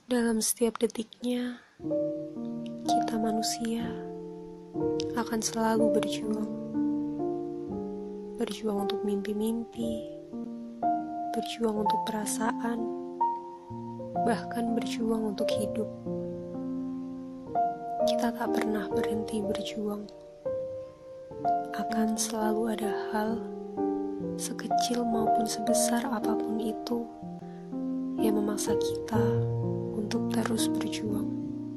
Dalam setiap detiknya, kita manusia akan selalu berjuang. Berjuang untuk mimpi-mimpi, berjuang untuk perasaan, bahkan berjuang untuk hidup. Kita tak pernah berhenti berjuang. Akan selalu ada hal, sekecil maupun sebesar apapun itu, yang memaksa kita untuk terus berjuang.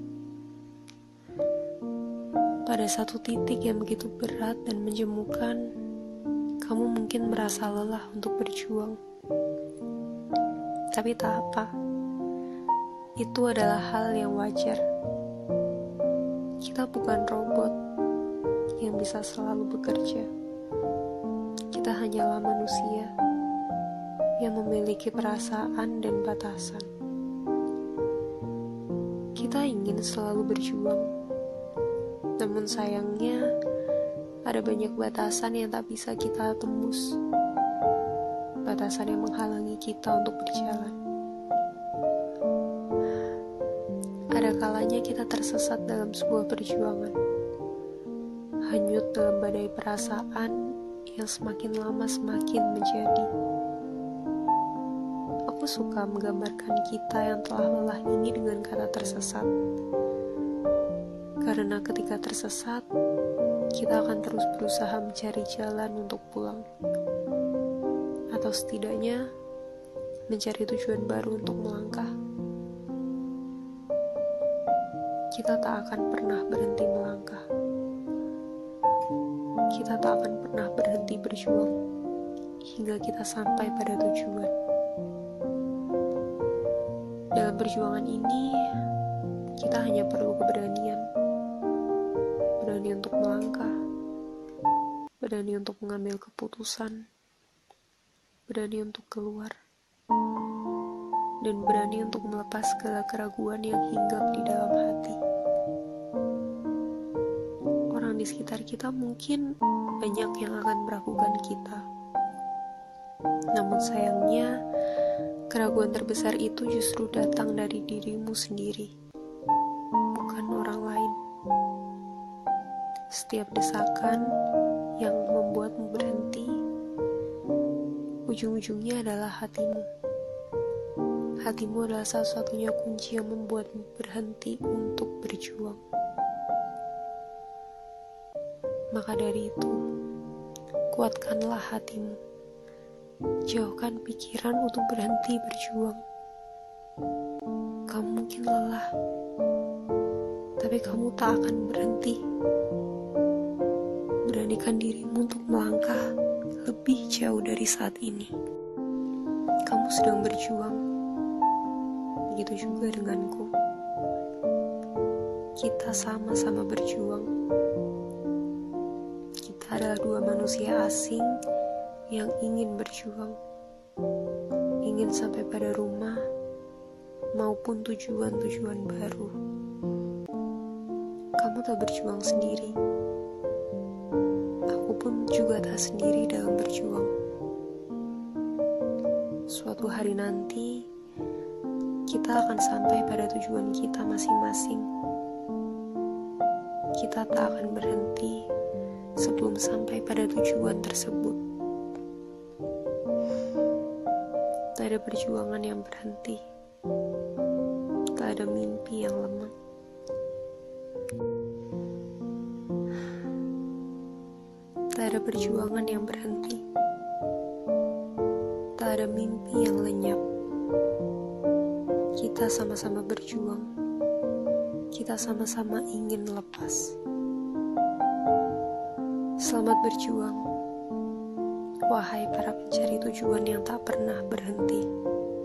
Pada satu titik yang begitu berat dan menjemukan, kamu mungkin merasa lelah untuk berjuang. Tapi tak apa, itu adalah hal yang wajar. Kita bukan robot yang bisa selalu bekerja. Kita hanyalah manusia yang memiliki perasaan dan batasan. Kita ingin selalu berjuang, namun sayangnya ada banyak batasan yang tak bisa kita tembus. Batasan yang menghalangi kita untuk berjalan. Ada kalanya kita tersesat dalam sebuah perjuangan, hanyut dalam badai perasaan yang semakin lama semakin menjadi. Aku suka menggambarkan kita yang telah lelah ini dengan kata tersesat. Karena ketika tersesat, kita akan terus berusaha mencari jalan untuk pulang. Atau setidaknya, mencari tujuan baru untuk melangkah. Kita tak akan pernah berhenti melangkah. Kita tak akan pernah berhenti berjuang hingga kita sampai pada tujuan. Dalam perjuangan ini, kita hanya perlu keberanian. Berani untuk melangkah, berani untuk mengambil keputusan, berani untuk keluar, dan berani untuk melepas segala keraguan yang hinggap di dalam hati. Orang di sekitar kita mungkin banyak yang akan meragukan kita. Namun sayangnya, keraguan terbesar itu justru datang dari dirimu sendiri, bukan orang lain. Setiap desakan yang membuatmu berhenti, ujung-ujungnya adalah hatimu. Hatimu adalah satu-satunya kunci yang membuatmu berhenti untuk berjuang. Maka dari itu, kuatkanlah hatimu. Jauhkan pikiran untuk berhenti berjuang. Kamu mungkin lelah, tapi kamu tak akan berhenti. Beranikan dirimu untuk melangkah lebih jauh dari saat ini. Kamu sedang berjuang. Begitu juga denganku. Kita sama-sama berjuang. Kita adalah dua manusia asing yang ingin berjuang, ingin sampai pada rumah maupun tujuan-tujuan baru. Kamu tak berjuang sendiri. Aku pun juga tak sendiri dalam berjuang. Suatu hari nanti, kita akan sampai pada tujuan kita masing-masing. Kita tak akan berhenti sebelum sampai pada tujuan tersebut. Tak ada perjuangan yang berhenti. Tak ada mimpi yang lemah. Tak ada perjuangan yang berhenti. Tak ada mimpi yang lenyap. Kita sama-sama berjuang. Kita sama-sama ingin lepas. Selamat berjuang, wahai para pencari tujuan yang tak pernah berhenti.